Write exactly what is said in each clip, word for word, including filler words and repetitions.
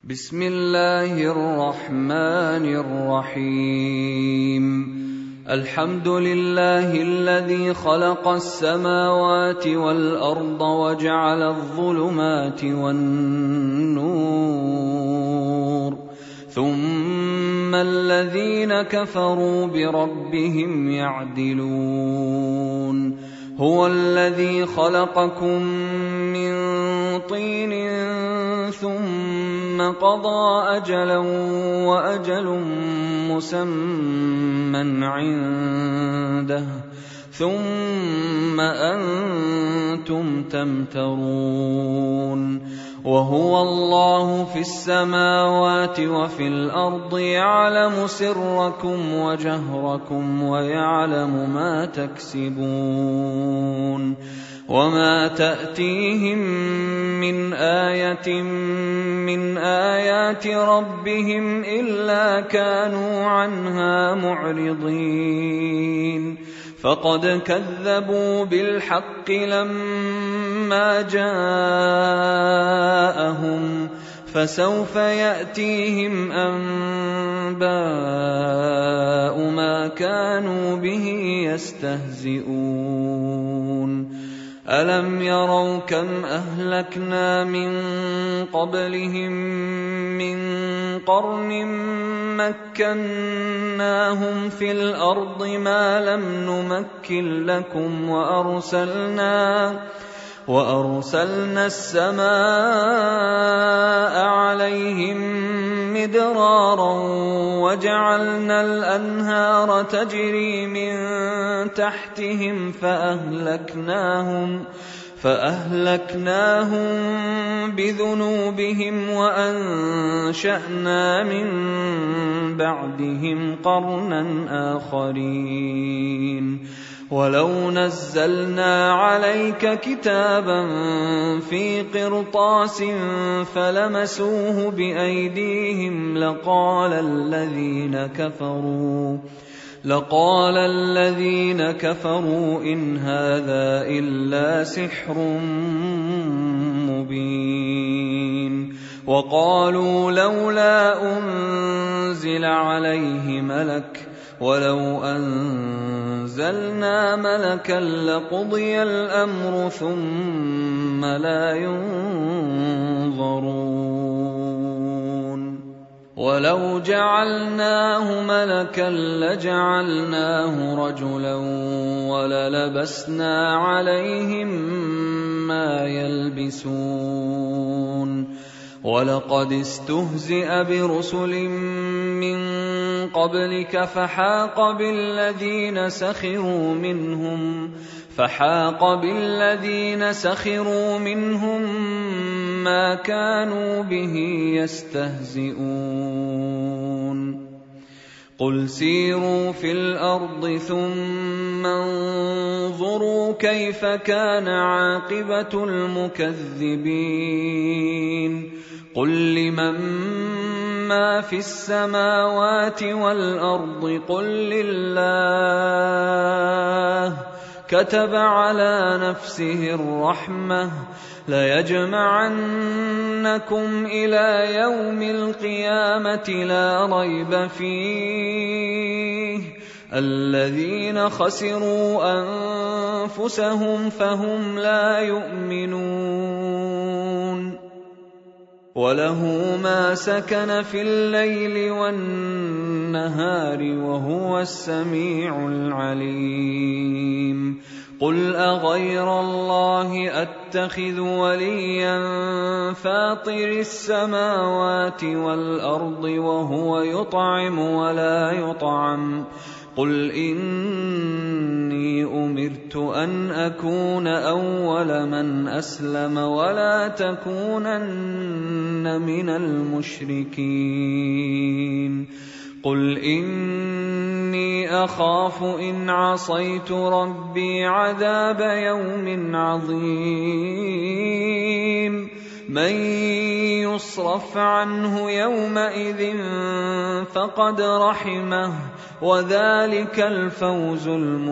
بسم الله الرحمن الرحيم الحمد لله الذي خلق السماوات والأرض وجعل الظلمات والنور ثم الذين كفروا بربهم يعدلون هو الذي خلقكم من طين ثم قضى أجلا وأجل مسمى عنده ثم أنتم تمترون وهو الله في السماوات وفي الأرض يعلم سركم وجهركم ويعلم ما تكسبون وما تأتيهم من آية من آيات ربهم إلا كانوا عنها معرضين فقد كذبوا بالحق لما جاءهم فسوف يأتيهم أنباء ما كانوا به يستهزئون ألم يروا كم أهلكنا من قبلهم من قرن مكناهم في الأرض ما لم نمكن لكم وأرسلنا وأرسلنا السماء عليهم مدرارا وجعلنا الأنهار تجري من تحتهم فأهلكناهم فأهلكناهم بذنوبهم وأنشأنا من بعدهم قرنا آخرين ولو نزلنا عليك كتابا في قرطاس فلمسوه بأيديهم لقال الذين كفروا لقال الذين كفروا إن هذا إلا سحر مبين وقالوا لولا أنزل عليه ملك ولو أنزلنا ملكا لقضي الأمر ثم لا ينظرون ولو جعلناه ملكا لجعلناه رجلا وللبسنا عليهم ما يلبسون ولقد استهزئ برسل من قبلك فحاق بالذين سخروا منهم فحاق بالذين سخروا منهم ما كانوا به يستهزئون قل سيروا في الأرض ثم انظروا كيف كان عاقبة المكذبين قل لمن ما في السماوات والأرض قل لله كتب على نفسه الرحمة ليجمعنكم إلى يوم القيامة لا ريب فيه الذين خسروا أنفسهم فهم لا يؤمنون وله ما سكن في الليل والنهار وهو السميع العليم قل أغير الله أتخذ وليا فاطر السماوات والأرض وهو يطعم ولا يطعم قل إني أمرت أن أكون أول من أسلم ولا تكونن من المشركين قل إني أخاف إن عصيت ربي عذاب يوم عظيم من يصرف عنه يومئذ فقد رحمه وذلك الفوز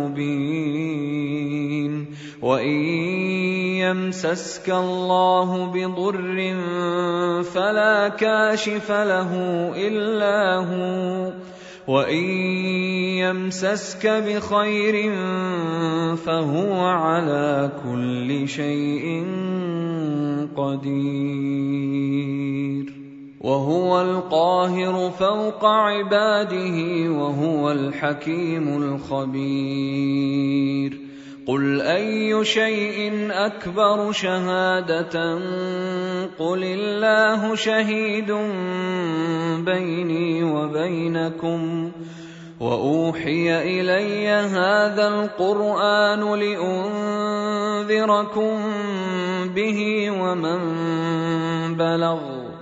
المبين وإن يمسسك الله بضر فلا كاشف له إلا هو وإن يمسسك بخير فهو على كل شيء قدير وهو القاهر فوق عباده وهو الحكيم الخبير قل أي شيء أكبر شهادة قل الله شهيد بيني وبينكم وأوحي إلي هذا القرآن لأنذركم به ومن بلغ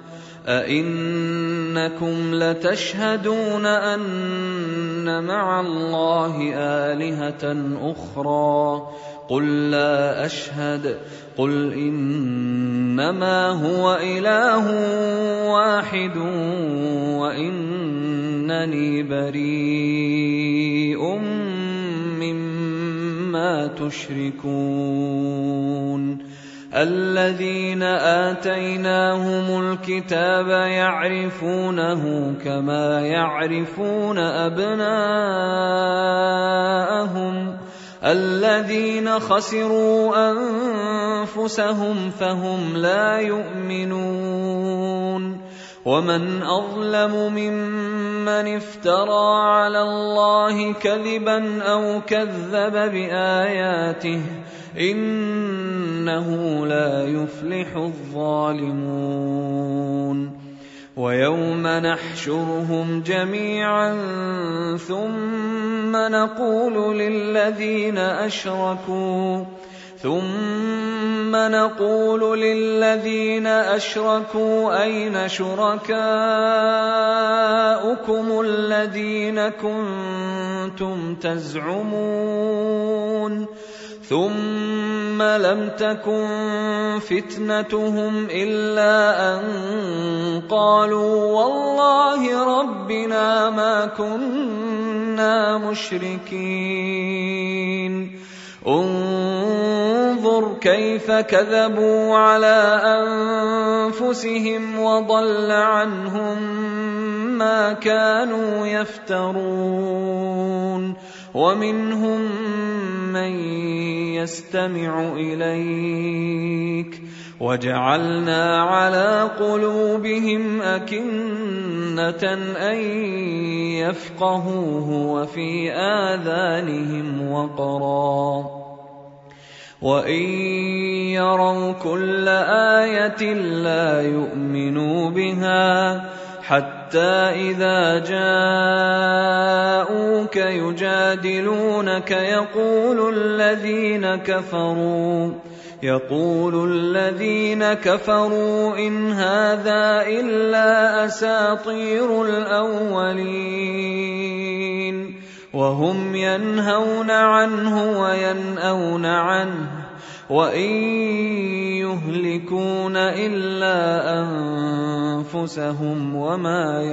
أئنكم لتشهدون أن مع الله آلهة أخرى قل لا أشهد قل إنما هو إله واحد وإنني بريء مما تشركون الذين آتيناهم الكتاب يعرفونه كما يعرفون أبناءهم الذين خسروا أنفسهم فهم لا يؤمنون ومن أظلم ممن افترى على الله كذبا أو كذب بآياته إنه لا يفلح الظالمون ويوم نحشرهم جميعا ثم نقول للذين أشركوا ثم نقول للذين أشركوا أين شركاؤكم الذين كنتم تزعمون ثم لم تكن فتنتهم إلا أن قالوا والله ربنا ما كنا مشركين انظر كيف كذبوا على أنفسهم وضل عنهم ما كانوا يفترون ومنهم من يستمع إليك وجعلنا على قلوبهم أكنة أن يفقهوه وفي آذانهم وقرا وإن يروا كل آية لا يؤمنوا بها حتى إذا جاءوك يجادلونك يقول الذين كفروا يقول الذين كفروا إن هذا إلا أساطير الأولين وهم ينهون عنه وينأون عنه وإن يهلكون إلا أنفسهم وما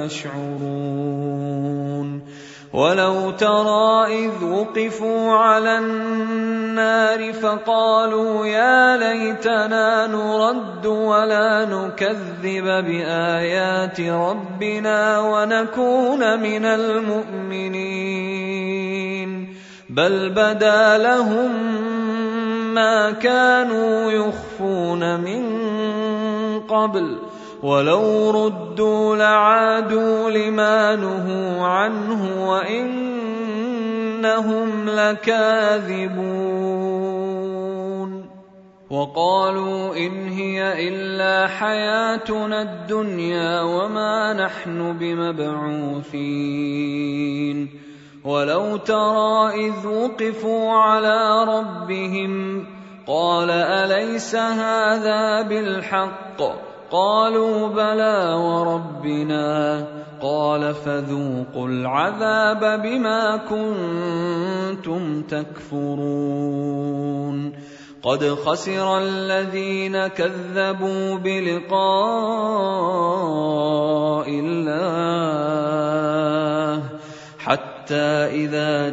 يشعرون ولو ترى إذ وقفوا على النار فقالوا يا ليتنا نرد ولا نكذب بآيات ربنا ونكون من المؤمنين بل بدا لهم ما كانوا يخفون من قبل ولو ردوا لعادوا لما نهوا عنه وإنهم لكاذبون وقالوا إن هي إلا حياتنا الدنيا وما نحن بمبعوثين ولو ترى إذ وقفوا على ربهم قال أليس هذا بالحق قالوا بلى وربنا قال فذوقوا العذاب بما كنتم تكفرون قد خسر الذين كذبوا بلقاء الله حتى إذا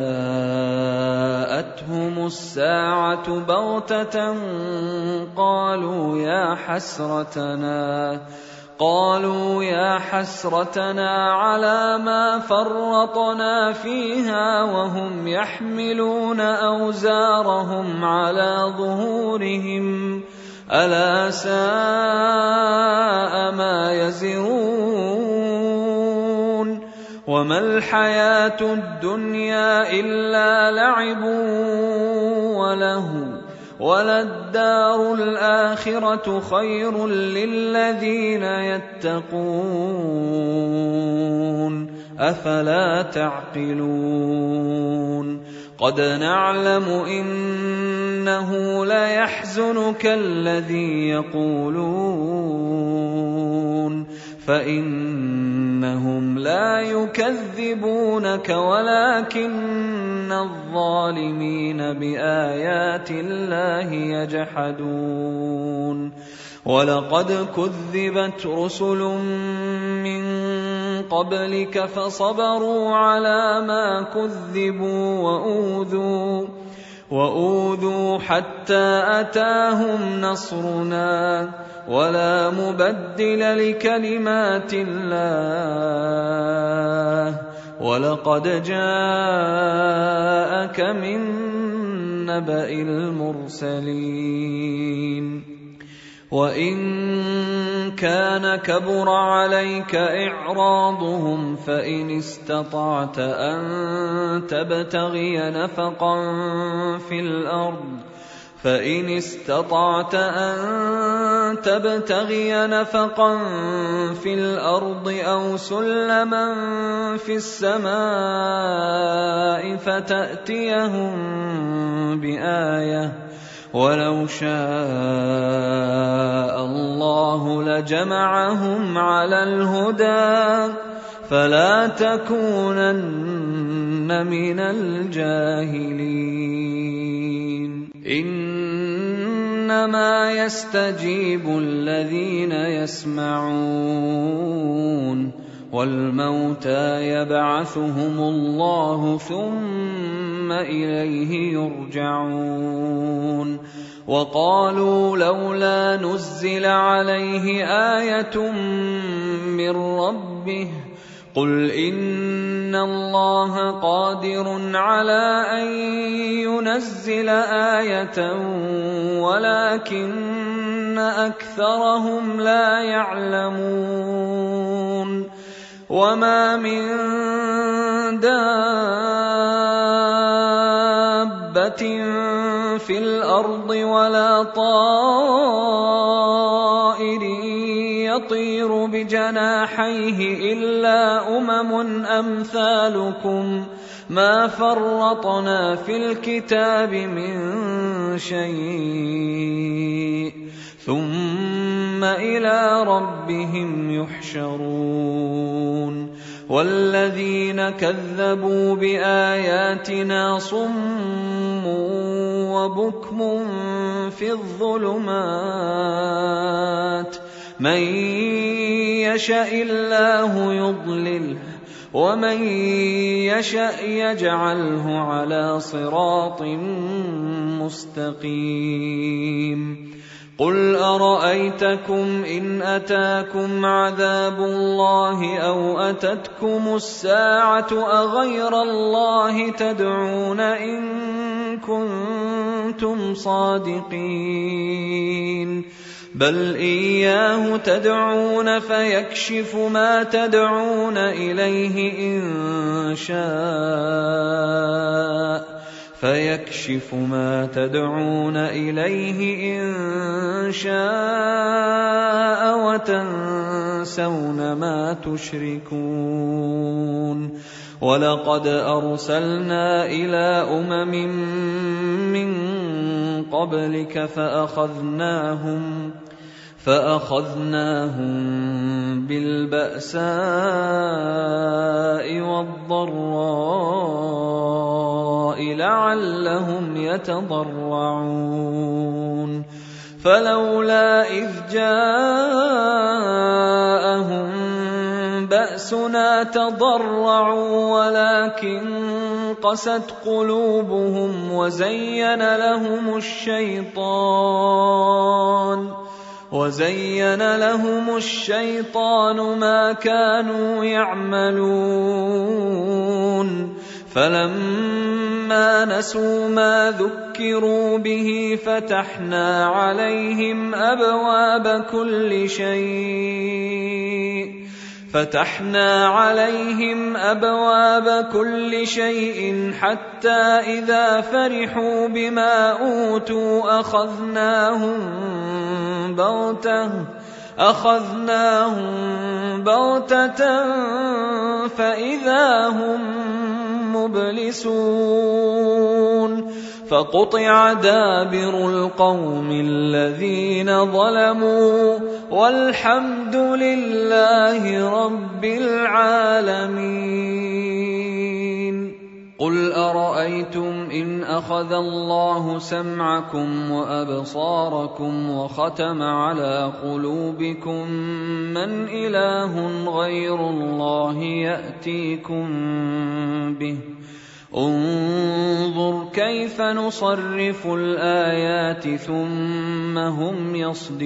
جاءتهم الساعة بغتة قالوا يا حسرتنا قالوا يا حسرتنا على ما فرطنا فيها وهم يحملون أوزارهم على ظهورهم ألا ساء ما يزرون وما الحياة الدنيا إلا لعب ولهو وللدار الآخرة خير للذين يتقون أفلا تعقلون قد نعلم إنه ليحزنك الذي يقولون فإنهم لا يكذبونك ولكن الظالمين بآيات الله يجحدون ولقد كذبت رسل من قبلك فصبروا على ما كذبوا وأوذوا وأوذوا حتى أتاهم نصرنا ولا مبدل لكلمات الله ولقد جاءك من نبأ المرسلين وإن كان كبر عليك إعراضهم فإن استطعت أن تبتغي نفقا في الأرض فإن استطعت أن تبتغي نفقا في الأرض أو سلما في السماء فتأتيهم بآية ولو شاء الله لجمعهم على الهدى فلا تكونن من الجاهلين إنما يستجيب الذين يسمعون والموتى يبعثهم الله ثم إليه يرجعون وقالوا لولا نزل عليه آية من ربه قل إن الله قادر على أن ينزل آية ولكن أكثرهم لا يعلمون وما من دابة في الأرض ولا طائر يطير بجناحيه إلا أمم أمثالكم ما فرطنا في الكتاب من شيء ثم إلى ربهم يحشرون والذين كذبوا بآياتنا صم وبكم في الظلمات من يشاء الله يضلله ومن يشاء يجعله على صراط مستقيم قل أرأيتكم إن أتاكم عذاب الله أو أتتكم الساعة أغير الله تدعون إن كنتم صادقين بل إياه تدعون فيكشف ما تدعون إليه إن شاء فيكشف ما تدعون إليه إن شاء وتنسون ما تشركون ولقد أرسلنا إلى أمم من قبلك فأخذناهم فأخذناهم بالبأساء والضراء لعلهم لعلهم يتضرعون فلولا إذ جاءهم بأسنا تضرعوا ولكن قست قلوبهم وزين لهم الشيطان وزين لهم الشيطان ما كانوا يعملون فلما نسوا ما ذكروا به فتحنا عليهم أبواب كل شيء فتحنا عليهم أبواب كل شيء حتى إذا فرحوا بما أوتوا أخذناهم بغتة أخذناهم بغتة فإذا هم مبلسون فقطع دابر القوم الذين ظلموا والحمد لله رب العالمين قل أرأيتم إن أخذ الله سمعكم وأبصاركم وختم على قلوبكم من إله غير الله يأتيكم به انظر كيف نصرف الآيات ثم هم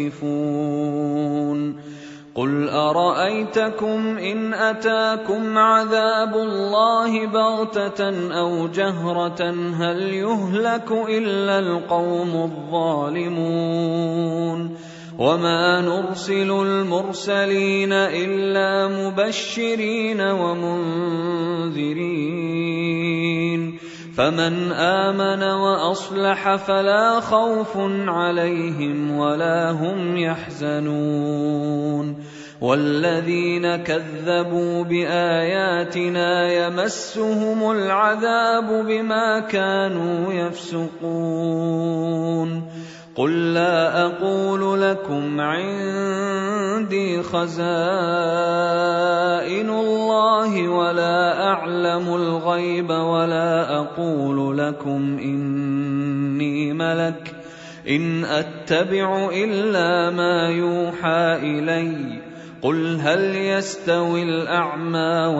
يصدفون قل أرأيتكم إن أتاكم عذاب الله بغتة أو جهرة هل يهلك إلا القوم الظالمون وما نرسل المرسلين إلا مبشرين ومنذرين فمن آمن وأصلح فلا خوف عليهم ولا هم يحزنون والذين كذبوا بآياتنا يمسهم العذاب بما كانوا يفسقون قل لا أقول لكم عندي خزائن الله ولا أعلم الغيب ولا أقول لكم إني ملك إن أتبع إلا ما يوحى إلي قل هل يستوي الأعمى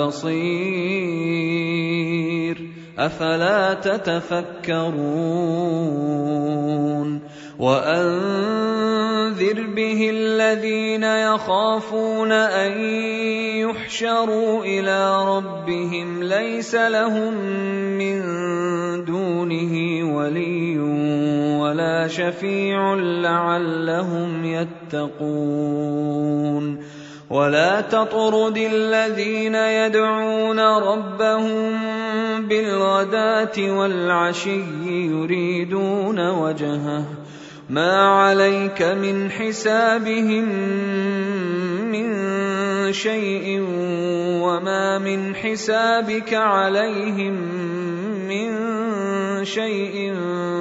والبصير أفلا تتفكرون وأنذر به الذين يخافون أن يحشروا إلى ربهم ليس لهم من دونه ولي ولا شفيع لعلهم يتقون ولا تطرد الذين يدعون ربهم بالغداة والعشي يريدون وجهه ما عليك من حسابهم من شيء وما من حسابك عليهم من شيء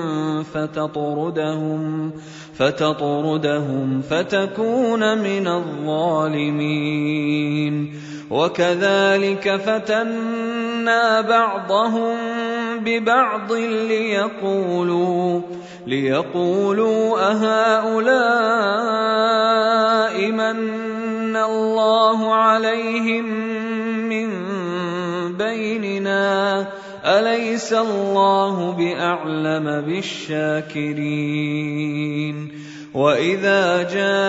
فتطردهم فتطردهم فتكون من الظالمين وكذلك فتنا بعضهم ببعض ليقولوا ليقولوا أهؤلاء من الله عليهم من بيننا أليس الله بأعلم بالشاكرين وإذا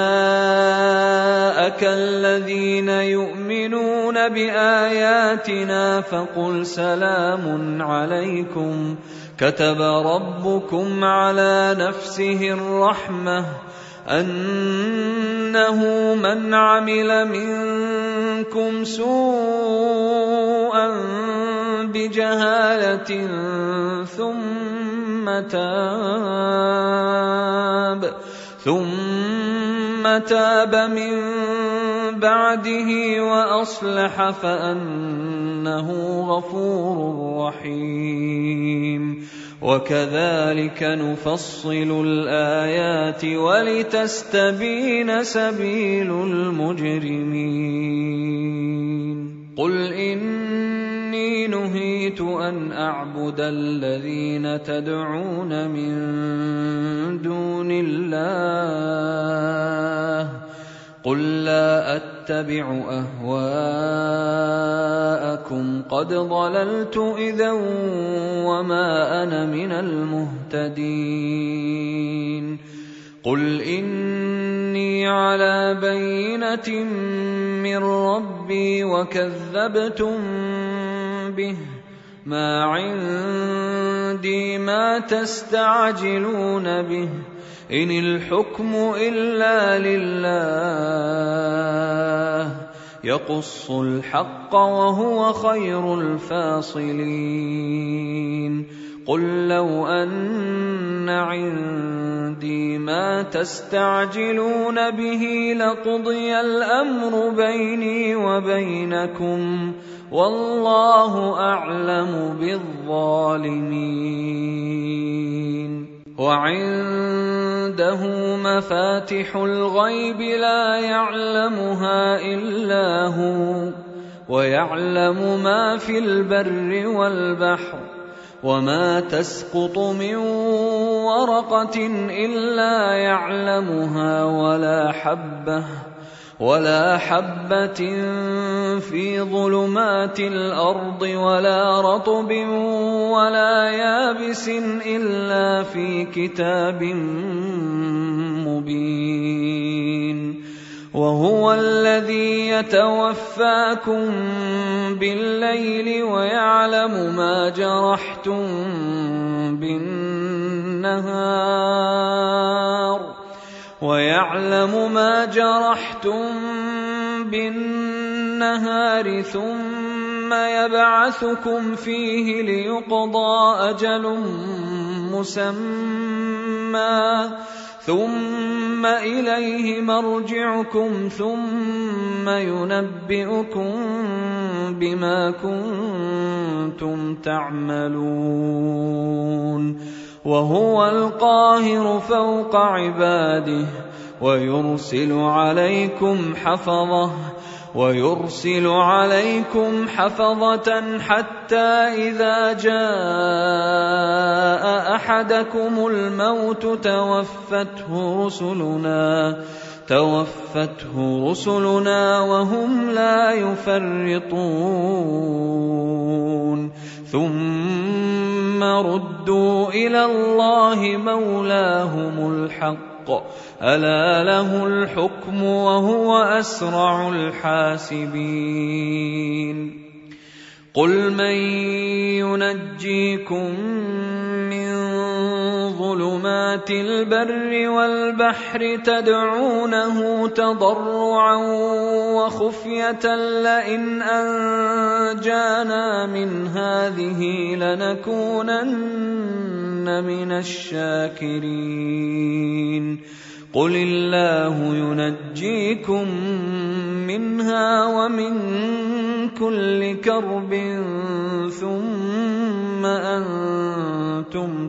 جاءك الذين يؤمنون بآياتنا فقل سلام عليكم كتب ربكم على نفسه الرحمة أنه من عمل منكم سوءا بجهالة ثم تاب ثم تاب من بعده وأصلح فأنه غفور رحيم وكذلك نفصل الآيات ولتستبين سبيل المجرمين قل إني إني نهيت أن أعبد الذين تدعون من دون الله قل لا أتبع أهواءكم قد ضللت إذا وما أنا من المهتدين قل إني على بينة من ربي وكذبتم به ما عندي ما تستعجلون به إن الحكم إلا لله يقص الحق وهو خير الفاصلين قل لو أن عندي ما تستعجلون به لقضي الأمر بيني وبينكم والله أعلم بالظالمين وعنده مفاتح الغيب لا يعلمها إلا هو ويعلم ما في البر والبحر وما تسقط من ورقة إلا يعلمها ولا حبة ولا حبة في ظلمات الأرض ولا رطب ولا يابس إلا في كتاب مبين وهو الذي يتوفاكم بالليل ويعلم ما جرحتم بالنهار ويعلم ما جرحتم بالنهار ثم يبعثكم فيه ليقضى أجل مسمى ثم إليه مرجعكم ثم ينبئكم بما كنتم تعملون وهو القاهر فوق عباده ويرسل عليكم حفظه ويرسل عليكم حفظة حتى إذا جاء أحدكم الموت توفته رسلنا توفته رسلنا وهم لا يفرطون ثم ردوا إلى الله مولاهم الحق ألا له الحكم وهو أسرع الحاسبين قل من ينجيكم من ظلمات البر والبحر تدعونه تضرعا وخفية لئن أنجانا من هذه لنكونن من الشاكرين قل الله ينجيكم منها ومن كل كرب ثم أنتم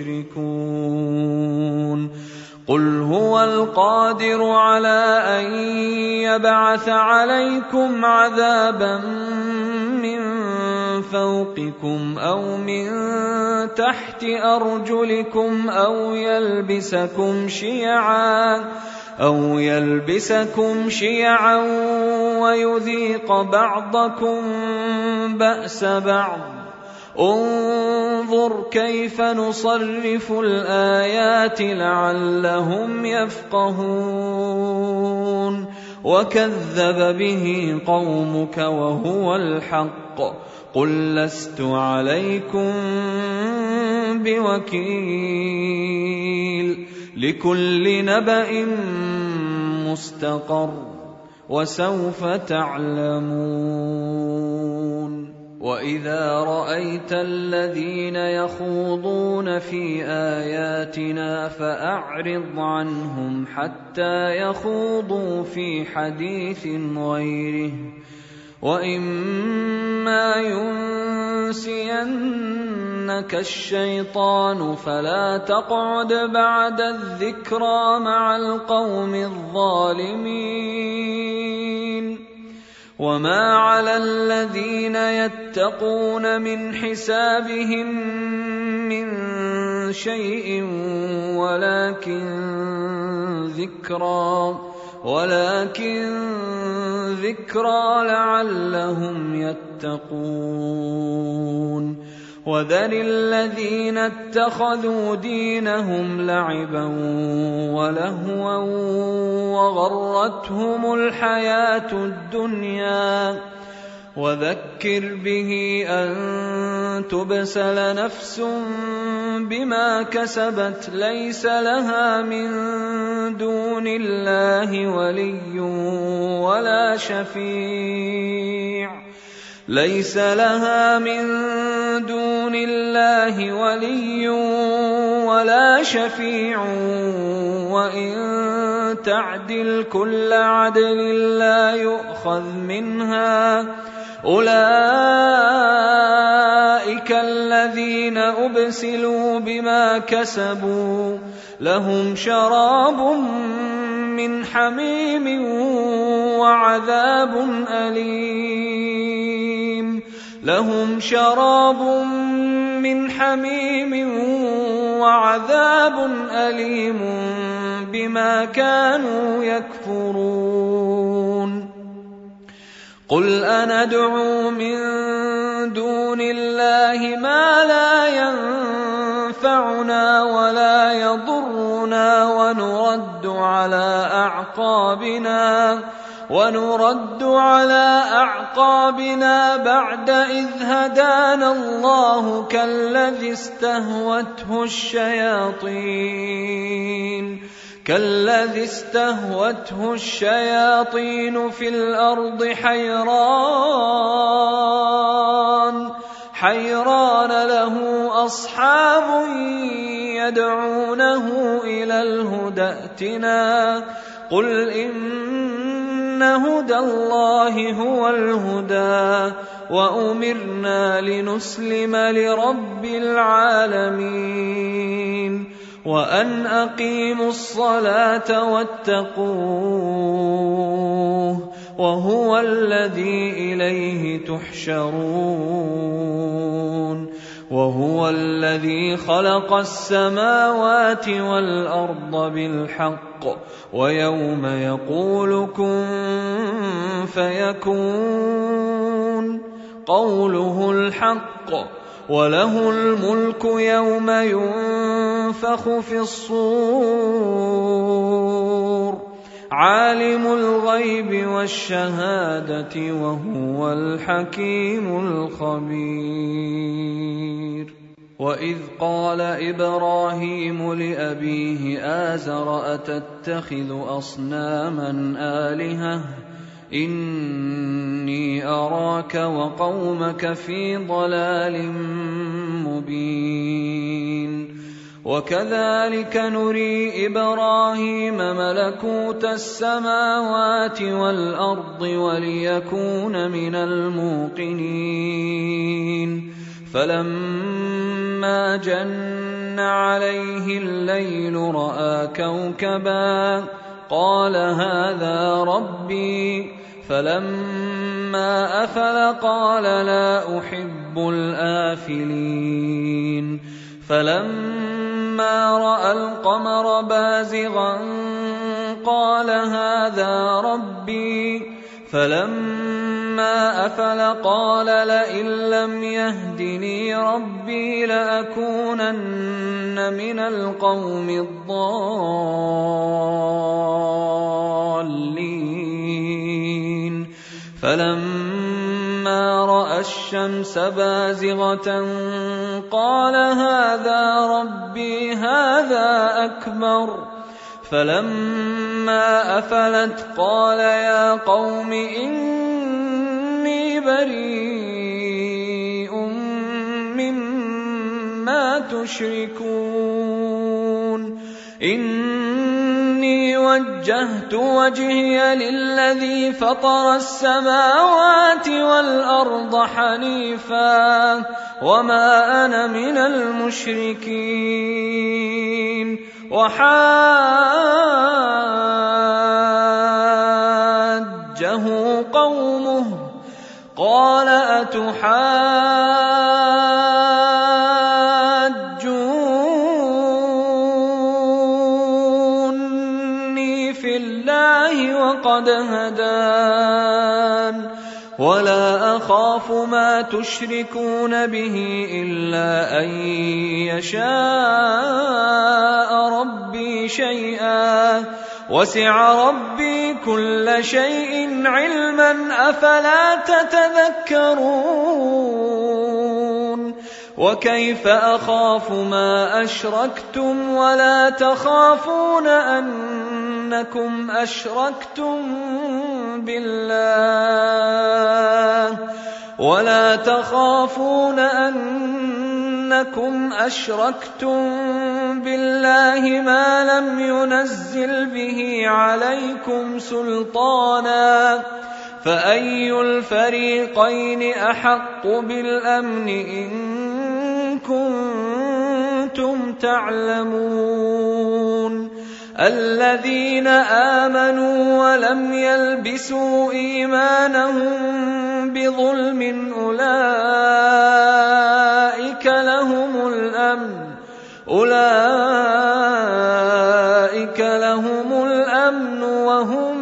تشركون قل هو القادر على أن يبعث عليكم عذابا من فوقكم أو من تحت أرجلكم أو يلبسكم شيعا أو يلبسكم شيعا ويذيق بعضكم بأس بعض انظر كيف نصرف الآيات لعلهم يفقهون وكذب به قومك وهو الحق قل لست عليكم بوكيل لكل نبأ مستقر وسوف تعلمون وإذا رأيت الذين يخوضون في آياتنا فأعرض عنهم حتى يخوضوا في حديث غيره وإما ينسينك الشيطان فلا تقعد بعد الذكرى مع القوم الظالمين وما على الذين يتقون من حسابهم من شيء ولكن ذكرى ولكن ذكرى لعلهم يتقون وذر الذين اتخذوا دينهم لعبا ولهوا وغرتهم الحياة الدنيا وذكر به أن تبسل نفس بما كسبت ليس لها من دون الله ولي ولا شفيع ليس لها من دون الله ولي ولا شفيع وإن تعدل كل عدل لا يؤخذ منها أولئك الذين أبسلوا بما كسبوا لهم شراب من حميم وعذاب أليم لهم شراب من حميم وعذاب أليم بما كانوا يكفرون قل أندعو من دون الله ما لا ينفعنا ولا يضرنا ونرد على أعقابنا ونرد على أعقابنا بعد إذ هدانا الله كالذي استهوته الشياطين كالذي استهوته الشياطين في الأرض حيران حيران له أصحاب يدعونه إلى الهدى ائتنا قل إن هدى الله هو الهدى وأمرنا لنسلم لرب العالمين وأن أقيموا الصلاة واتقوه وهو الذي إليه تحشرون وهو الذي خلق السماوات والأرض بالحق ويوم يقول كن فيكون قوله الحق وله الملك يوم ينفخ في الصور عالم الغيب والشهادة وهو الحكيم الخبير وإذ قال إبراهيم لأبيه آزر أتتخذ أصناما آلهة إني أراك وقومك في ضلال مبين وكذلك نري إبراهيم ملكوت السماوات والأرض وليكون من الموقنين فلما جن عليه الليل رأى كوكبا قال هذا ربي فلما أفل قال لا أحب الآفلين فلما رأى القمر بازغا قال هذا ربي فلما أفل قال لئن لم يهدني ربي لأكونن من القوم الضالين فلما رأى الشمس بازغة قال هذا ربي هذا أكبر فلما أفلت قال يا قوم إني بريء مما تشركون إني وجهت وجهي للذي فطر السماوات والأرض حنيفا وما أنا من المشركين وحاجه حاجه قومه قال أتحاجوني في الله وقد هدان ولا أخاف ما تشركون به إلا أن يشاء ربي شيئا وسع ربي كل شيء علما أفلا تتذكرون وكيف أخاف ما أشركتم ولا تخافون أنكم أشركتم بالله ولا تخافون أنكم أشركتم بالله ما لم ينزل به عليكم سلطانا فأي الفريقين أحق بالأمن إن كنتم تعلمون الذين آمنوا ولم يلبسوا إيمانهم بظلم أولئك لهم الأمن أولئك لهم الأمن وهم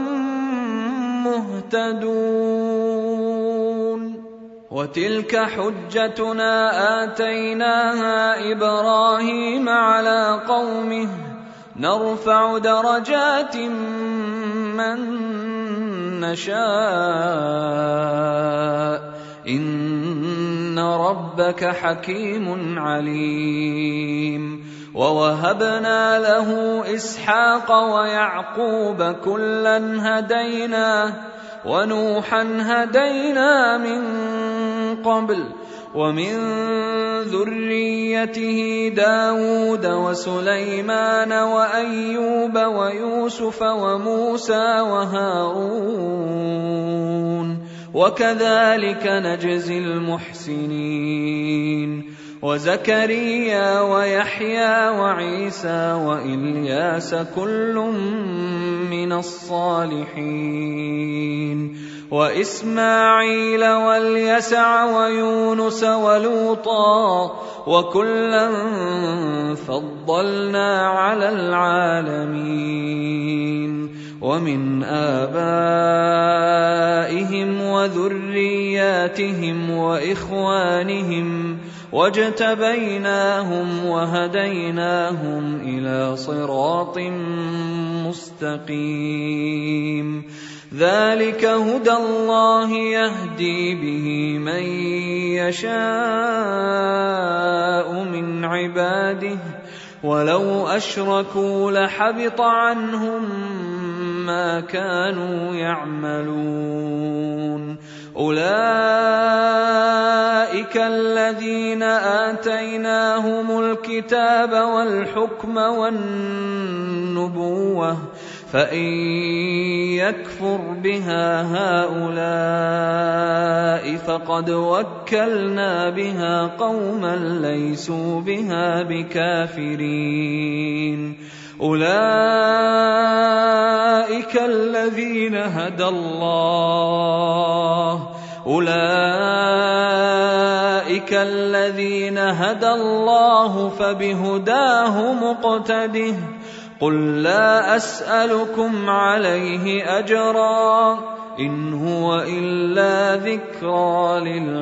مهتدون وتلك حجتنا آتيناها إبراهيم على قومه نرفع درجات من نشاء إن ربك حكيم عليم ووهبنا له إسحاق ويعقوب كلا هدينا ونوحا هدينا من قبل ومن ذريته داود وسليمان وأيوب ويوسف وموسى وهارون وكذلك نجزي المحسنين وزكريا ويحيى وعيسى وإلياس كل من الصالحين وإسماعيل واليسع ويونس ولوطا وكلا فضلنا على العالمين ومن آبائهم وذرياتهم وإخوانهم واجتبيناهم وهديناهم إلى صراط مستقيم ذلك هدى الله يهدي به من يشاء من عباده ولو أشركوا لحبط عنهم ما كانوا يعملون أولئك الذين آتيناهم الكتاب والحكم والنبوة فإن يكفر بها هؤلاء فقد وكلنا بها قوما ليسوا بها بكافرين أولئك الذين هدى الله أولئك الذين هدى الله فبهداه مقتده قل لا أسألكم عليه أجرا إن هو إلا ذكرى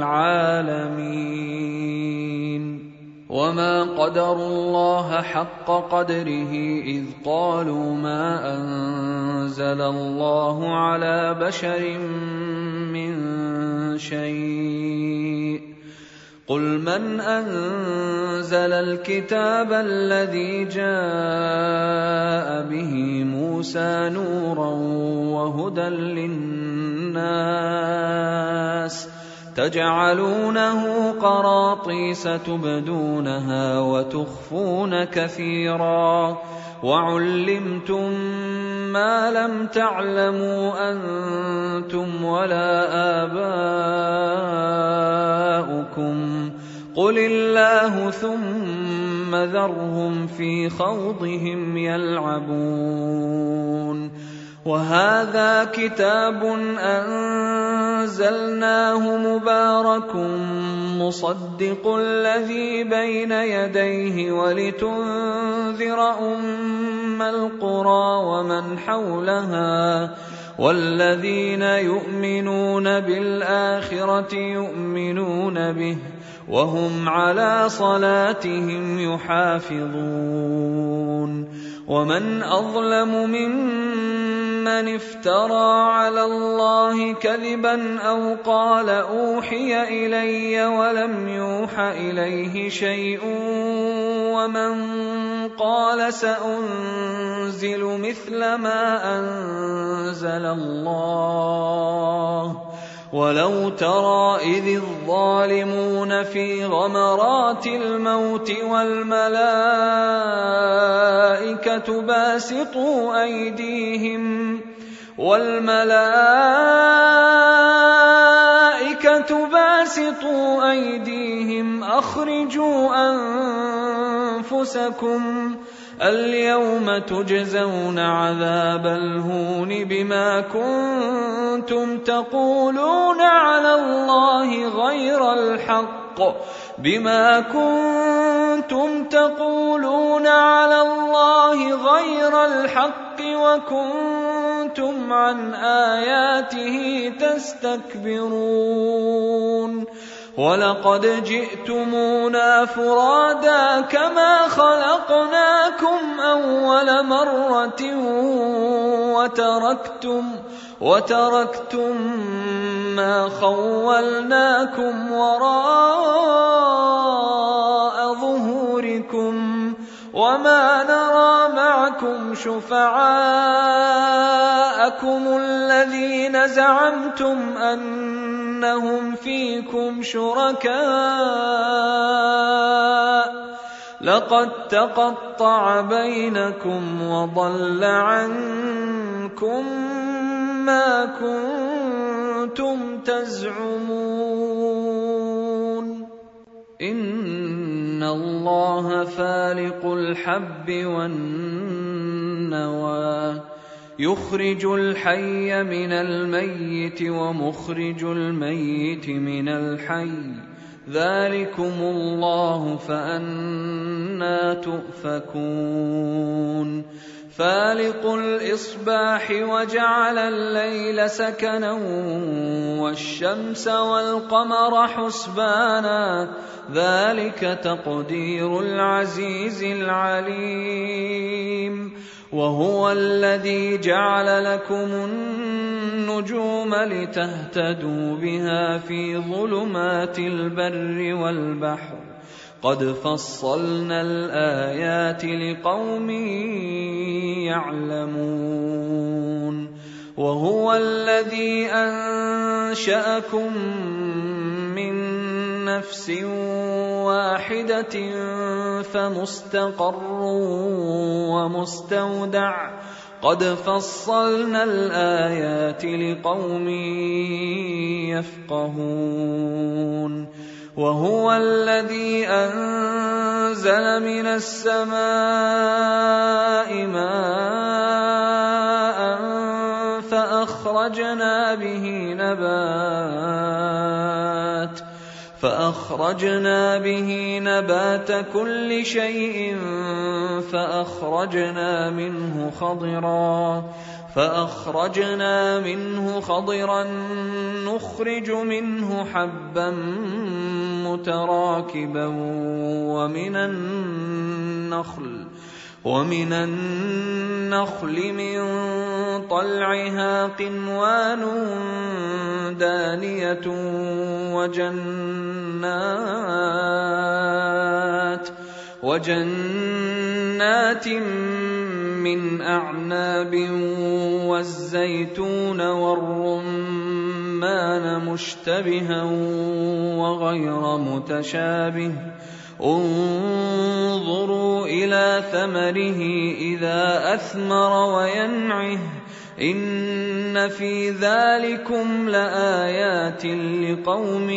للعالمين وما قدروا الله حق قدره إذ قالوا ما أنزل الله على بشر من شيء قل من أنزل الكتاب الذي جاء به موسى نورا وهدى للناس تجعلونه قراطيس تبدونها وتخفون كثيرا وعلمتم ما لم تعلموا أنتم ولا آباؤكم قل الله ثم ذرهم في خوضهم يلعبون وهذا كتاب أنزلناه مبارك مصدق الذي بين يديه ولتنذر أم القرى ومن حولها والذين يؤمنون بالآخرة يؤمنون به وهم على صلاتهم يحافظون ومن أظلم ممن افترى على الله كذبا أو قال أوحي إلي ولم يوح إليه شيء ومن قال سأنزل مثل ما أنزل الله ولو ترى إذ الظالمون في غمرات الموت والملائكة باسطوا أيديهم والملائكة باسطوا أيديهم أخرجوا أنفسكم اليوم تجزون عذاب الهون بما كنتم تقولون على الله غير الحق بما كنتم تقولون على الله غير الحق وكنتم عن آياته تستكبرون ولقد جئتمونا فرادا كما خلقناكم أول مرة وتركتم وتركتم ما خولناكم وراء ظهوركم وما نرى معكم شفعاءكم الذين زعمتم أنهم فيكم شركاء لقد تقطع بينكم وضل عنكم ما كنتم تزعمون إن الله فالق الحب والنوى يخرج الحي من الميت ومخرج الميت من الحي ذلكم الله فأنى تؤفكون فالق الإصباح وجعل الليل سكنا والشمس والقمر حسبانا ذلك تقدير العزيز العليم وهو الذي جعل لكم النجوم لتهتدوا بها في ظلمات البر والبحر قد فصلنا الآيات لقوم يعلمون وهو الذي أنشأكم من نفس واحدة فمستقر ومستودع قد فصلنا الآيات لقوم يفقهون وهو الذي أنزل من السماء ماء فأخرجنا به نبات فأخرجنا به نبات كل شيء فأخرجنا منه خضرا فأخرجنا منه خضرا نخرج منه حبا متراكبا ومن النخل ومن النخل من طلعها قنوان دانية وجنات وجنات من أعناب والزيتون والرمان مشتبها وغير متشابه انظروا إلى ثمره إذا أثمر وينعه إن في ذلكم لآيات لقوم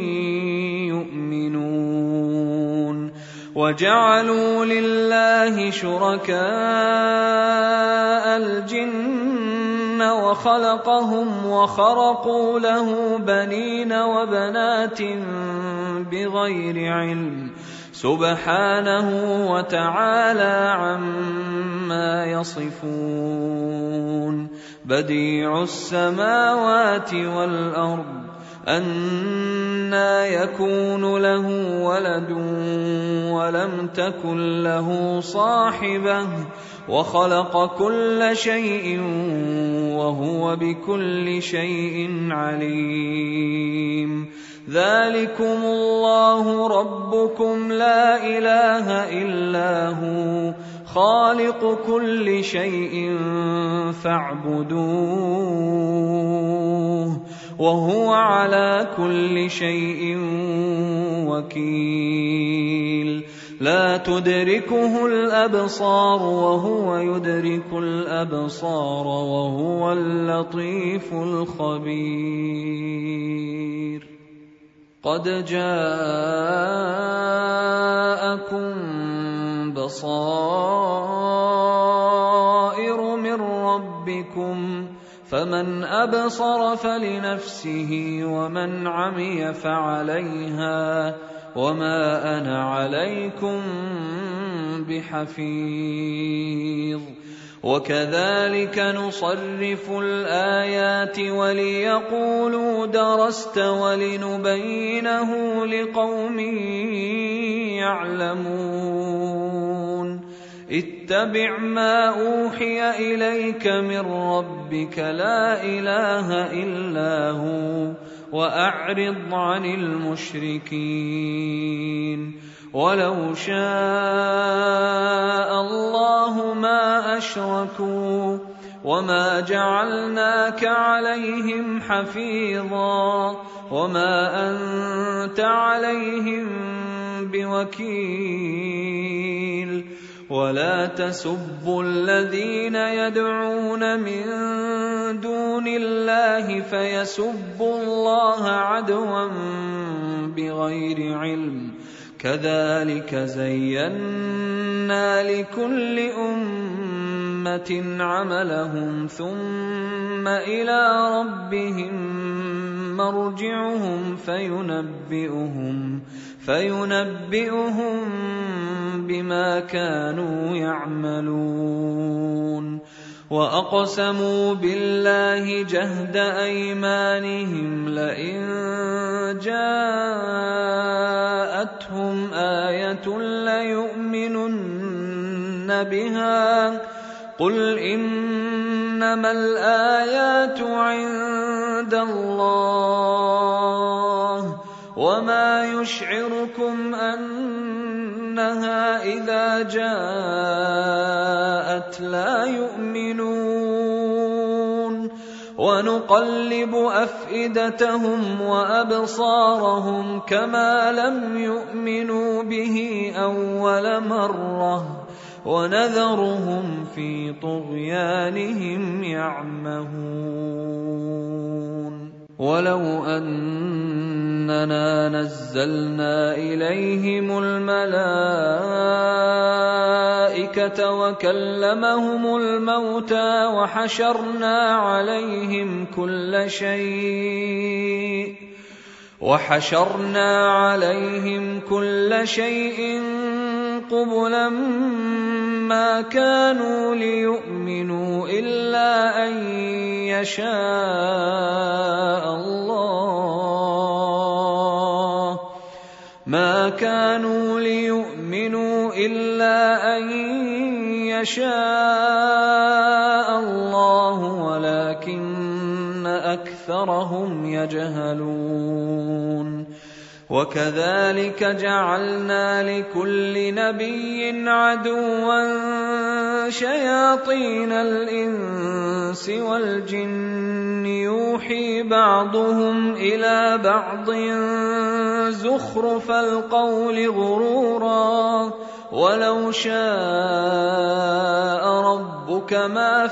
يؤمنون وجعلوا لله شركاء الجن وخلقهم وخرقوا له بنين وبنات بغير علم سبحانه وتعالى عما يصفون بديع السماوات والأرض أنى يكون له ولد ولم تكن له صاحبة وخلق كل شيء وهو بكل شيء عليم ذلكم الله ربكم لا إله إلا هو خالق كل شيء فاعبدوه وهو على كل شيء وكيل لا تدركه الأبصار وهو يدرك الأبصار وهو اللطيف الخبير قد جاءكم بصائر من ربكم فمن أبصر فلنفسه ومن عمي فعليها وما أنا عليكم بحفيظ وكذلك نصرف الآيات وليقولوا درست ولنبينه لقوم يعلمون اتبع ما أوحي إليك من ربك لا إله إلا هو وأعرض عن المشركين ولو شاء الله ما أشركوا وما جعلناك عليهم حفيظا وما أنت عليهم بوكيل ولا تسبوا الذين يدعون من دون الله فيسبوا الله عدوا بغير علم كذلك زينا لكل أمة عملهم ثم إلى ربهم مرجعهم فينبئهم فينبئهم بما كانوا يعملون وأقسموا بالله جهد أيمانهم لئن جاءتهم آية ليؤمنن بها قل إنما الآيات عند الله وما يشعركم أنها إذا جاءت لا يؤمنون ونقلب أفئدتهم وأبصارهم كما لم يؤمنوا به أول مرة ونذرهم في طغيانهم يعمهون ولو أننا نزلنا إليهم الملائكة وكلمهم الموتى وحشرنا عليهم كل شيء وحشرنا عليهم كل شيء قبلا ما كانوا ليؤمنوا إلا أن يشاء الله ما كانوا ليؤمنوا إلا أن يشاء الله ولكن أكثرهم يجهلون وكذلك جعلنا لكل نبي عدوا شياطين الإنس والجن يوحي بعضهم إلى بعض زخرف القول غرورا ولو شاء ربك ما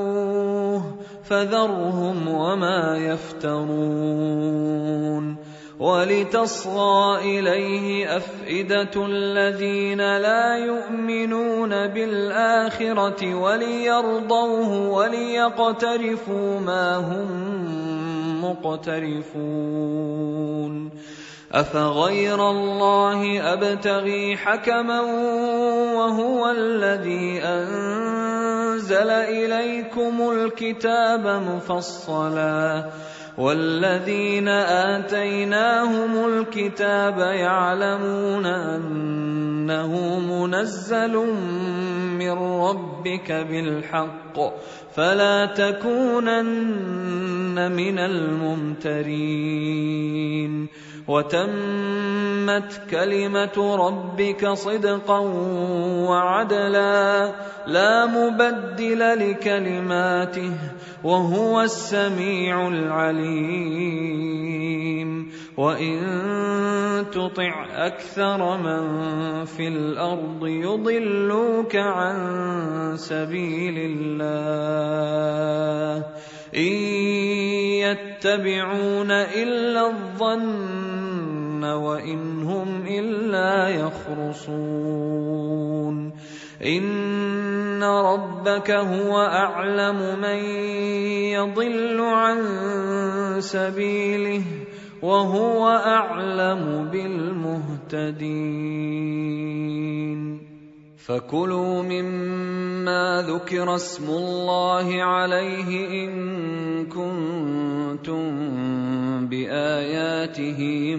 فعلوه فذرهم وما يفترون ولتصغى إليه أفئدة الذين لا يؤمنون بالآخرة وليرضوه وليقترفوا ما هم مقترفون أفغير الله أبتغي حكما وهو الذي أنزل إليكم الكتاب مفصلا والذين آتيناهم الكتاب يعلمون أنه منزل من ربك بالحق فلا تكونن من الممترين وتمت كلمة ربك صدقا وعدلا لا مبدل لكلماته وهو السميع العليم وإن تطع أكثر من في الأرض يضلوك عن سبيل الله إن يتبعون إلا الظن وإن هم إلا يخرصون إن ربك هو أعلم من يضل عن سبيله وهو أعلم بالمهتدين فكلوا مما ذكر اسم الله عليه إن كنتم بآياته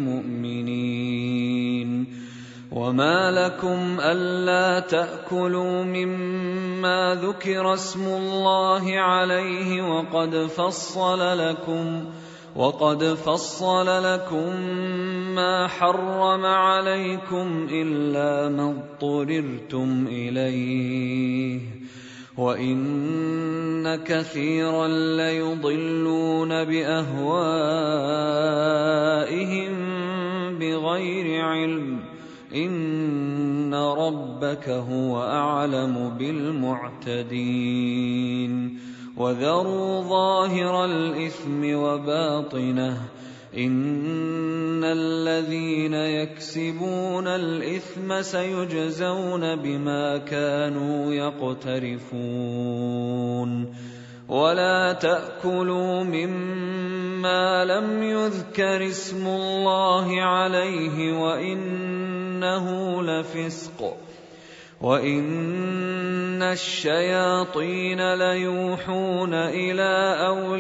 مؤمنين وما لكم ألا تأكلوا مما ذكر اسم الله عليه وقد فصل لكم وقد فصل لكم ما حرم عليكم إلا ما اضطررتم إليه وإن كثيرا ليضلون بأهوائهم بغير علم إن ربك هو أعلم بالمعتدين وذروا ظاهر الإثم وباطنه إن الذين يكسبون الإثم سيجزون بما كانوا يقترفون ولا تأكلوا مما لم يذكر اسم الله عليه وإنه لفسق وإن الشياطين ليوحون إلى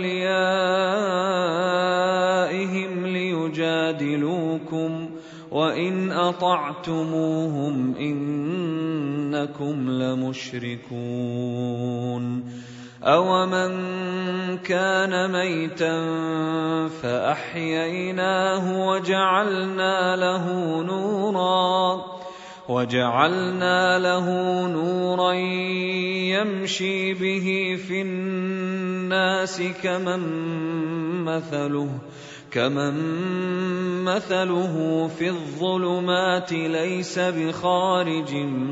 أوليائهم ليجادلوكم وإن أطعتموهم إنكم لمشركون أومن كان ميتا فأحييناه وجعلنا له نورا وجعلنا له نورا يمشي به في الناس كمن مثله كمن مثله في الظلمات ليس بخارج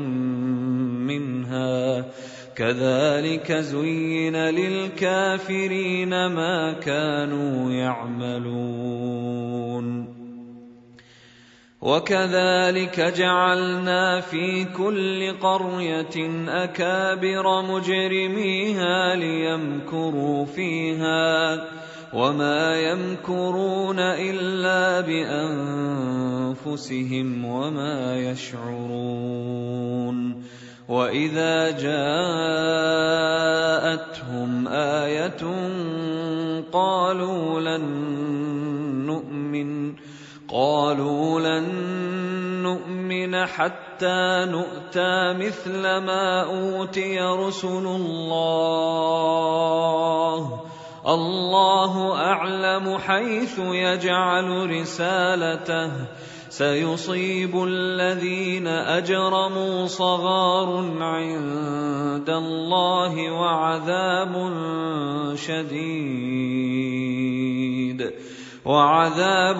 منها كذلك زين للكافرين ما كانوا يعملون وكذلك جعلنا في كل قرية أكابر مجرميها ليمكروا فيها وما يمكرون إلا بأنفسهم وما يشعرون وإذا جاءتهم آية قالوا لن نؤمن قالوا لن نؤمن حتى نؤتى مثل ما أوتي رسل الله الله أعلم حيث يجعل رسالته سيصيب الذين أجرموا صغار عند الله وعذاب شديد وعذاب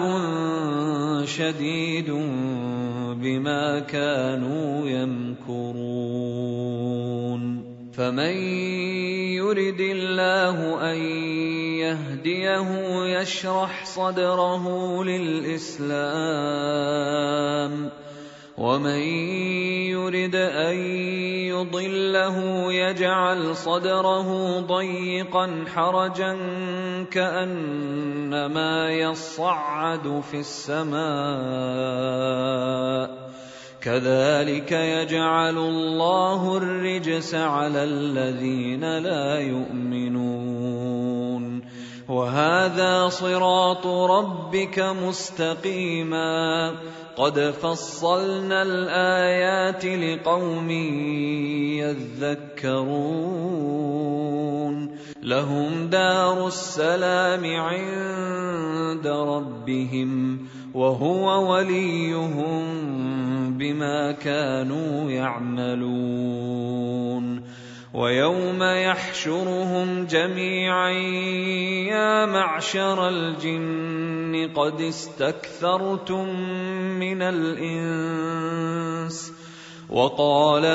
شديد بما كانوا يمكرون فمن يرد الله أن يهديه يشرح صدره للإسلام ومن يرد أن يضله يجعل صدره ضيقا حرجا كأنما يصعد في السماء كذلك يجعل الله الرجس على الذين لا يؤمنون وهذا صراط ربك مستقيما قد فصلنا الآيات لقوم يذكرون لهم دار السلام عند ربهم وهو وليهم بما كانوا يعملون ويوم يحشرهم جميعا يا معشر الجن قد استكثرتم من الإنس وقال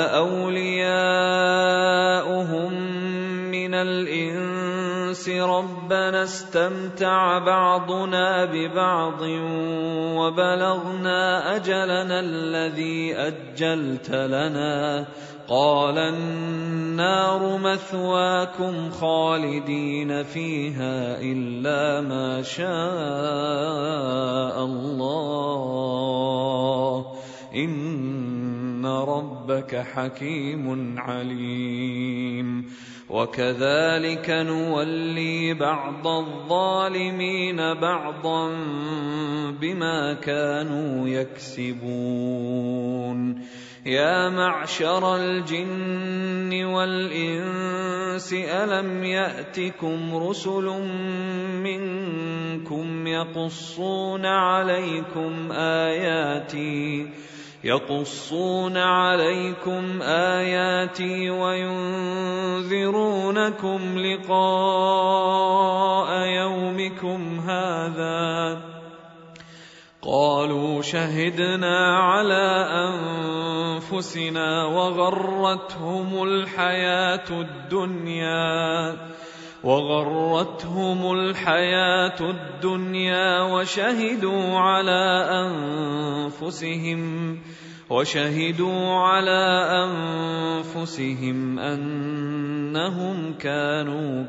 أولياؤهم من الإنس ربنا استمتع بعضنا ببعض وبلغنا أجلنا الذي أجلت لنا قال النار مثواكم خالدين فيها إلا ما شاء الله إن ربك حكيم عليم وكذلك نولي بعض الظالمين بعضا بما كانوا يكسبون يا معشر الجن والإنس ألم يأتكم رسل منكم يقصون عليكم آياتي يقصون عليكم آياتي وينذرونكم لقاء يومكم هذا قالوا شهدنا على أنفسنا وغرتهم الحياة الدنيا وغرتهم الحياة الدنيا وشهدوا على أنفسهم وشهدوا على أنفسهم أنهم كانوا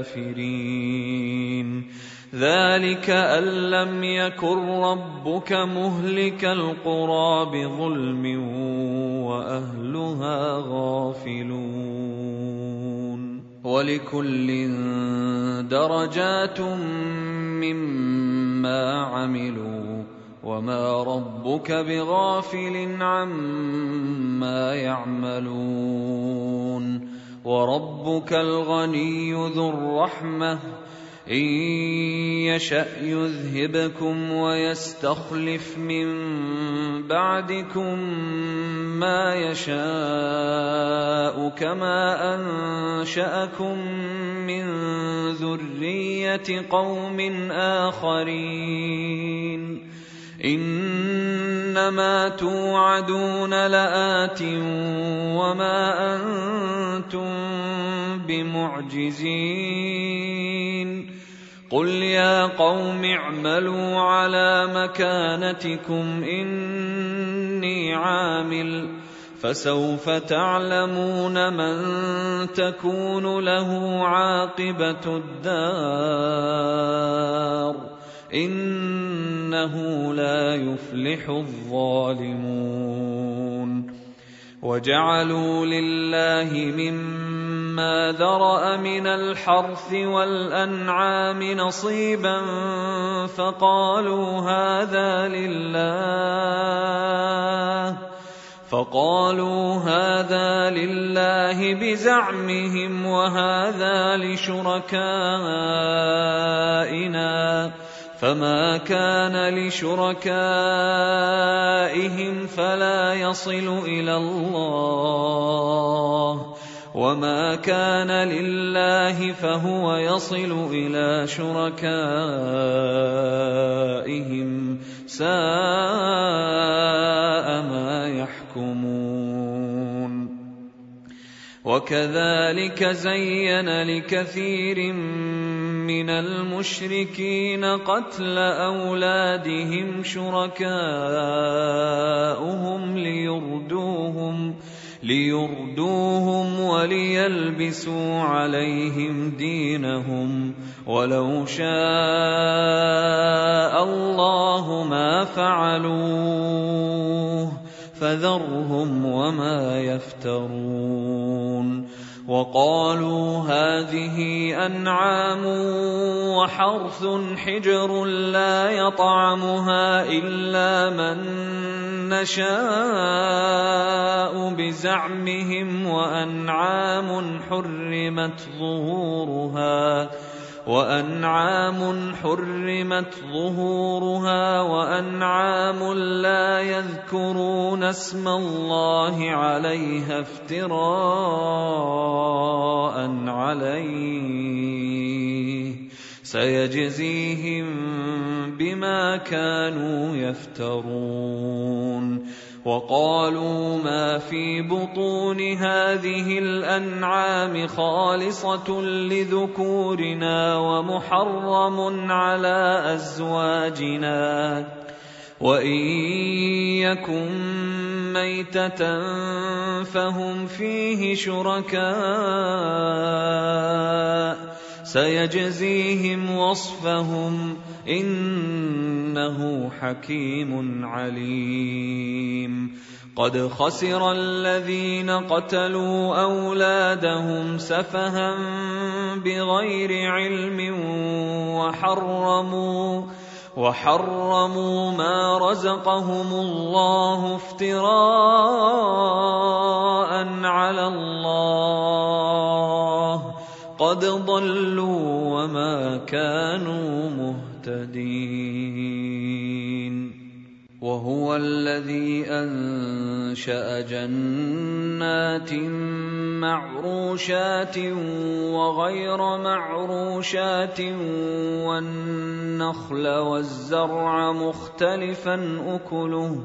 كافرين ذلك أن لم يكن ربك مهلك القرى بظلم وأهلها غافلون ولكل درجات مما عملوا وما ربك بغافل عما يعملون وربك الغني ذو الرحمة إن يشأ يذهبكم ويستخلف من بعدكم ما يشاء كما أنشأكم من ذرية قوم آخرين إنما توعدون لآت وما أنتم بمعجزين قل يا قوم اعملوا على مكانتكم إني عامل فسوف تعلمون من تكون له عاقبة الدار إنه لا يفلح الظالمون وجعلوا لله مما ذرأ من الحرث والأنعام نصيبا فقالوا هذا لله فقالوا هذا لله بزعمهم وهذا لشركائنا فما كان لشركائهم فلا يصل إلى الله وما كان لله فهو يصل إلى شركائهم ساء ما يحكمون وكذلك زين لكثير من المشركين قتل أولادهم شركاؤهم ليردوهم ليردوهم وليلبسوا عليهم دينهم ولو شاء الله ما فعلوه فذرهم وما يفترون. وقالوا هذه أنعام وحرث حجر لا يطعمها إلا من نشاء بزعمهم وأنعام حرمت ظهورها وأنعام حرمت ظهورها وأنعام لا يذكرون اسم الله عليها افتراء عليه سيجزيهم بما كانوا يفترون. وقالوا ما في بطون هذه الأنعام خالصة لذكورنا ومحرم على أزواجنا وإن يكن ميتة فهم فيه شركاء سيجزيهم وصفهم إنه حكيم عليم. قد خسر الذين قتلوا أولادهم سفها بغير علم وحرموا وحرموا ما رزقهم الله افتراء على الله قد ضلوا وما كانوا مهتدين. وهو الذي أنشأ جنات معروشات وغير معروشات والنخل والزرع مختلفا أكله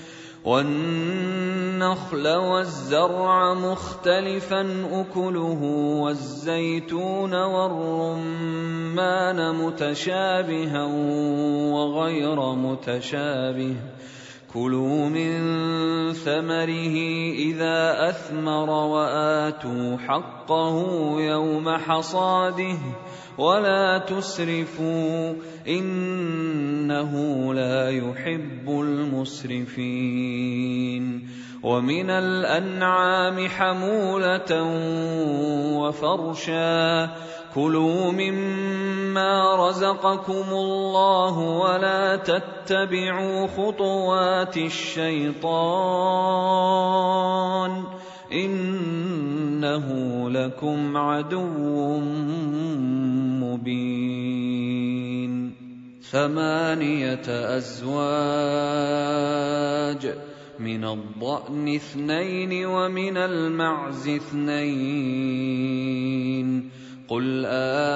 والنخل والزرع مختلفا أكله والزيتون والرمان متشابها وغير متشابه كلوا من ثمره إذا أثمر وآتوا حقه يوم حصاده ولا تسرفوا إنه لا يحب المسرفين. ومن الأنعام حمولة وفرشا كلوا مما رزقكم الله ولا تتبعوا خطوات الشيطان إنه لكم عدو مبين. ثمانية أزواج من الضأن اثنين ومن المعز اثنين قل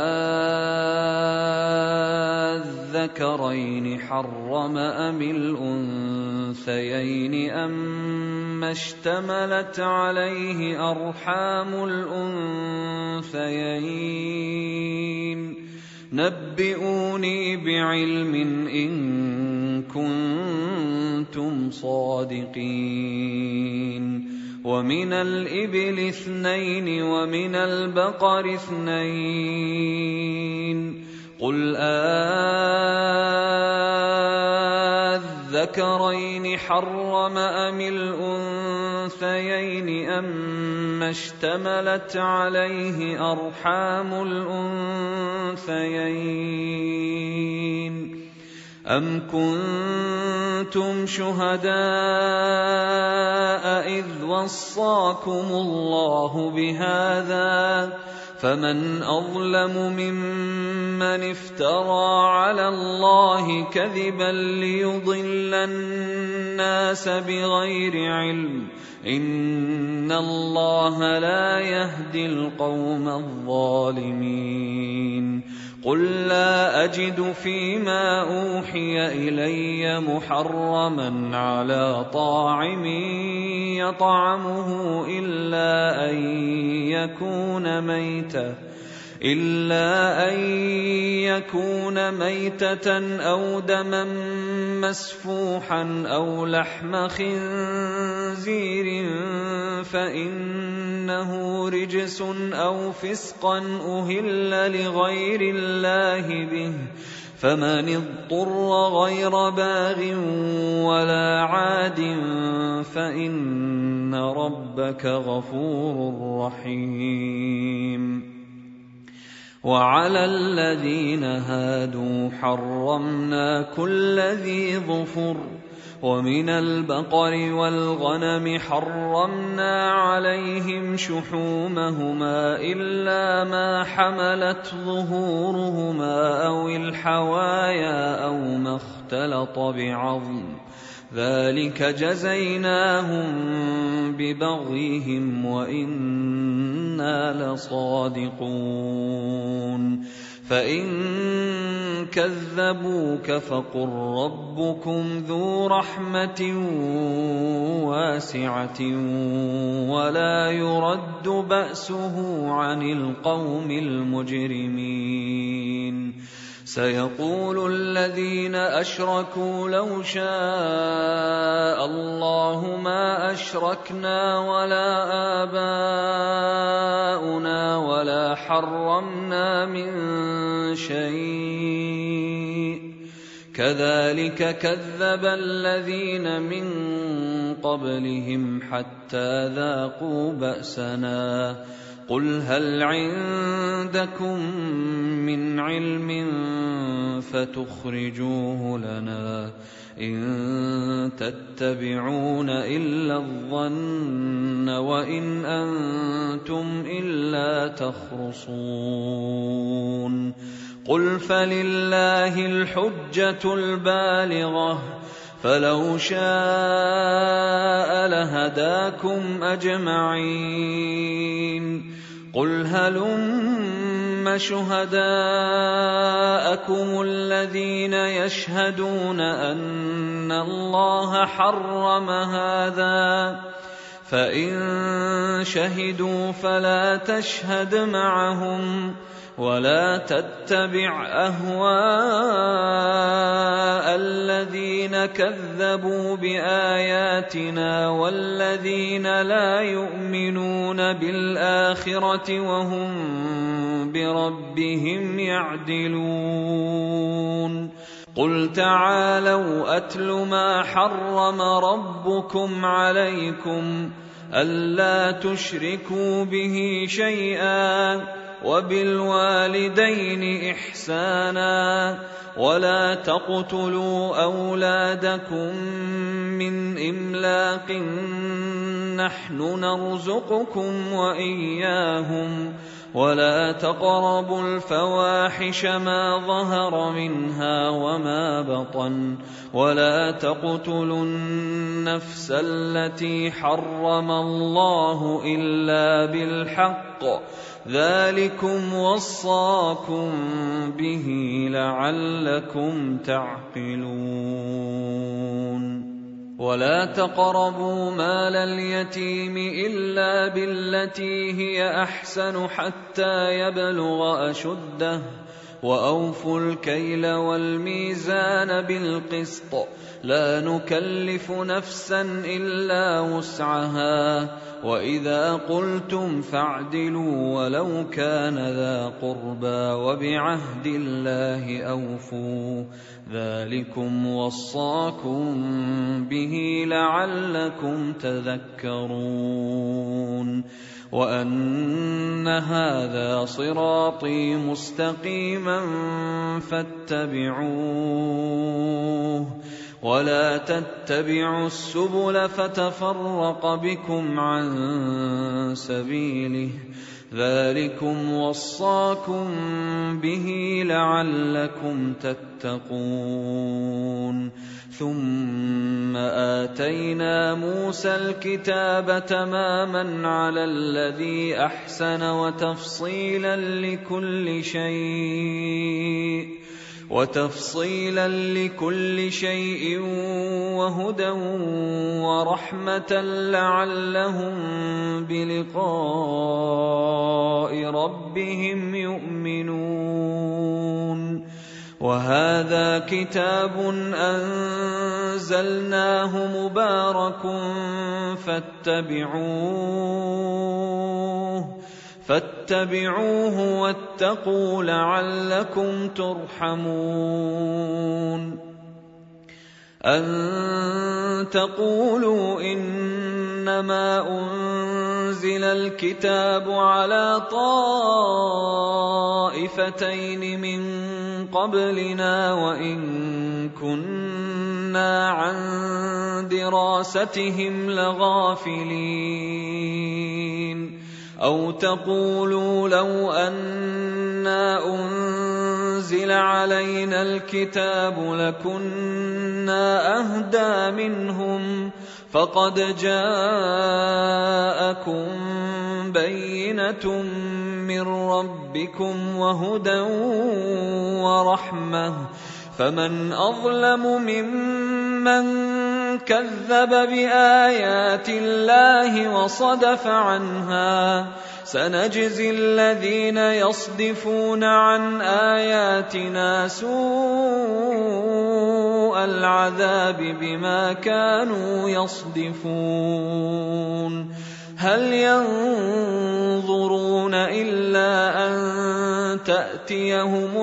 أذكرين حرم أم الأنثيين أما اشتملت عليه أرحام الأنثيين نبئوني بعلم إن كنتم صادقين. ومن الإبل اثنين ومن البقر اثنين قل أذكرين حرم أم الأنثيين أما اشتملت عليه أرحام الأنثيين أم كنتم شهداء إذ وصاكم الله بهذا فمن أظلم ممن افترى على الله كذبا ليضل الناس بغير علم إن الله لا يهدي القوم الظالمين. قل لا أجد فيما أوحي إلي محرما على طاعم يطعمه إلا أن يكون ميتة إلا أن يكون ميتة أو دما مسفوحا أو لحم خنزير فإنه رجس أو فسقا أهل لغير الله به فمن اضطر غير باغ ولا عاد فإن ربك غفور رحيم. وعلى الذين هادوا حرمنا كل ذي ظفر ومن البقر والغنم حرمنا عليهم شحومهما إلا ما حملت ظهورهما أو الحوايا أو ما اختلط بعظم ذلك جزيناهم ببغيهم وإنا لصادقون. فإن كذبوك فقل ربكم ذو رحمة واسعة ولا يرد بأسه عن القوم المجرمين. سيقول الذين أشركوا لو شاء الله ما أشركنا ولا آباؤنا ولا حرمنا من شيء كذلك كذب الذين من قبلهم حتى ذاقوا بأسنا. قل هل عندكم من علم فتخرجوه لنا إن تتبعون إلا الظن وإن أنتم إلا تخرصون. قل فلله الحجة البالغة فلو شاء لهداكم أجمعين. قل هلم شهداءكم الذين يشهدون أن الله حرم هذا فإن شهدوا فلا تشهد معهم ولا تتبع أهواء الذين كذبوا بآياتنا والذين لا يؤمنون بالآخرة وهم بربهم يعدلون. قل تعالوا أتل ما حرم ربكم عليكم ألا تشركوا به شيئا وبالوالدين إحسانا ولا تقتلوا أولادكم من إملاق نحن نرزقكم وإياهم ولا تقربوا الفواحش ما ظهر منها وما بطن ولا تقتلوا النفس التي حرم الله إلا بالحق ذلكم وصاكم به لعلكم تعقلون. ولا تقربوا مال اليتيم إلا بالتي هي أحسن حتى يبلغ أشده وأوفوا الكيل والميزان بالقسط لا نكلف نفسا إلا وسعها وإذا قلتم فاعدلوا ولو كان ذا قربى وبعهد الله أوفوا ذلكم وصاكم به لعلكم تذكرون. وأن هذا صراطي مستقيما فاتبعوه ولا تتبعوا السبل فتفرق بكم عن سبيله ذلكم وصاكم به لعلكم تتقون. ثم آتينا موسى الكتاب تماما على الذي أحسن وتفصيلا لكل شيء وتفصيلا لكل شيء وهدى ورحمة لعلهم بلقاء ربهم يؤمنون. وهذا كتاب أنزلناه مبارك فاتبعوه فاتبعوه واتقوا لعلكم ترحمون. أن تقولوا إنما أنزل الكتاب على طائفتين من قبلنا وإن كنا عن دراستهم لغافلين. أو تقولوا لو أنا أنزل علينا الكتاب لكنا أهدى منهم فقد جاءكم بينة من ربكم وهدى ورحمة فمن أظلم ممن كذب بآيات الله وصدف عنها. سنجزي الذين يصدفون عن آياتنا سوء العذاب بما كانوا يصدفون. هل ينظرون إلا أن تأتيهم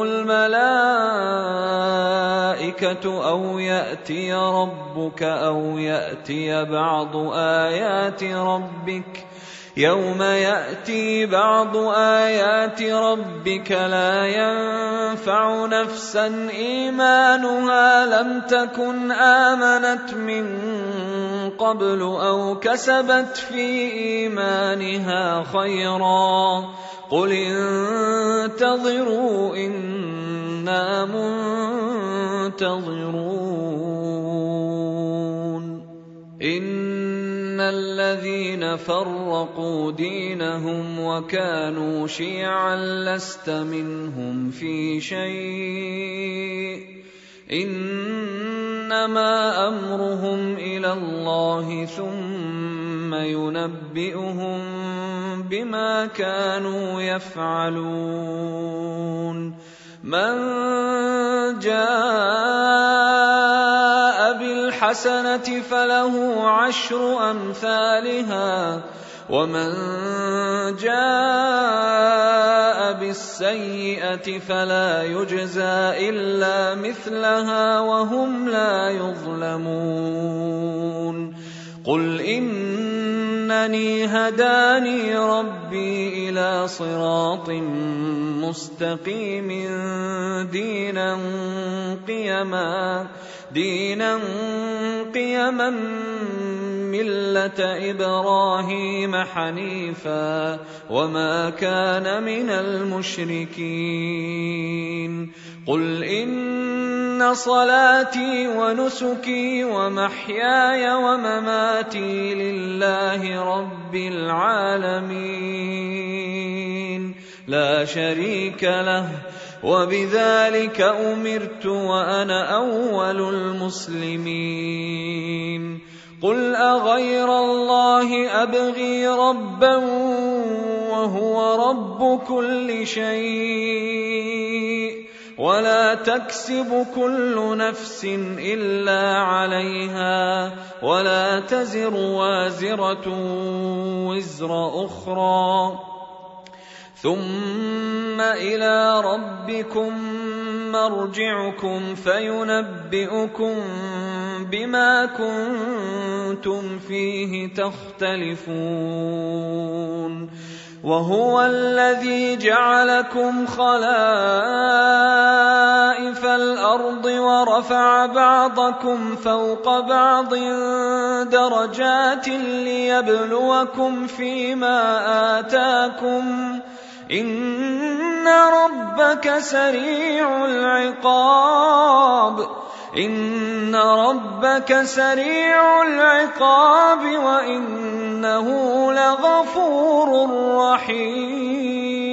الملائكة أو يأتي ربك أو يأتي بعض آيات ربك يوم يأتي بعض آيات ربك لا ينفع نفسا إيمانها لم تكن آمنت من قبل أو كسبت في إيمانها خيرا قل انتظروا إنا منتظرون. إن الذين فرقوا دينهم وكانوا شيعا لست منهم في شيء إنما أمرهم إلى الله ثم ينبئهم بما كانوا يفعلون. من جاء بالحسنة فله عشر أمثالها ومن جاء بالسيئة فلا يجزى إلا مثلها وهم لا يظلمون. قل إنني هداني ربي إلى صراط مستقيم دينا قيما دينا قيما ملة إبراهيم حنيفا وما كان من المشركين. قل إن صلاتي ونسكي ومحياي ومماتي لله رب العالمين لا شريك له وبذلك أمرت وأنا أول المسلمين. قل أغير الله أبغي ربا وهو رب كل شيء ولا تكسب كل نفس إلا عليها ولا تزر وازرة وزر أخرى ثم إلى ربكم مرجعكم فينبئكم بما كنتم فيه تختلفون. وهو الذي جعلكم خلائف الأرض ورفع بعضكم فوق بعض درجات ليبلوكم فيما آتاكم إن ربك سريع العقاب إن ربك سريع العقاب وإنه لغفور رحيم.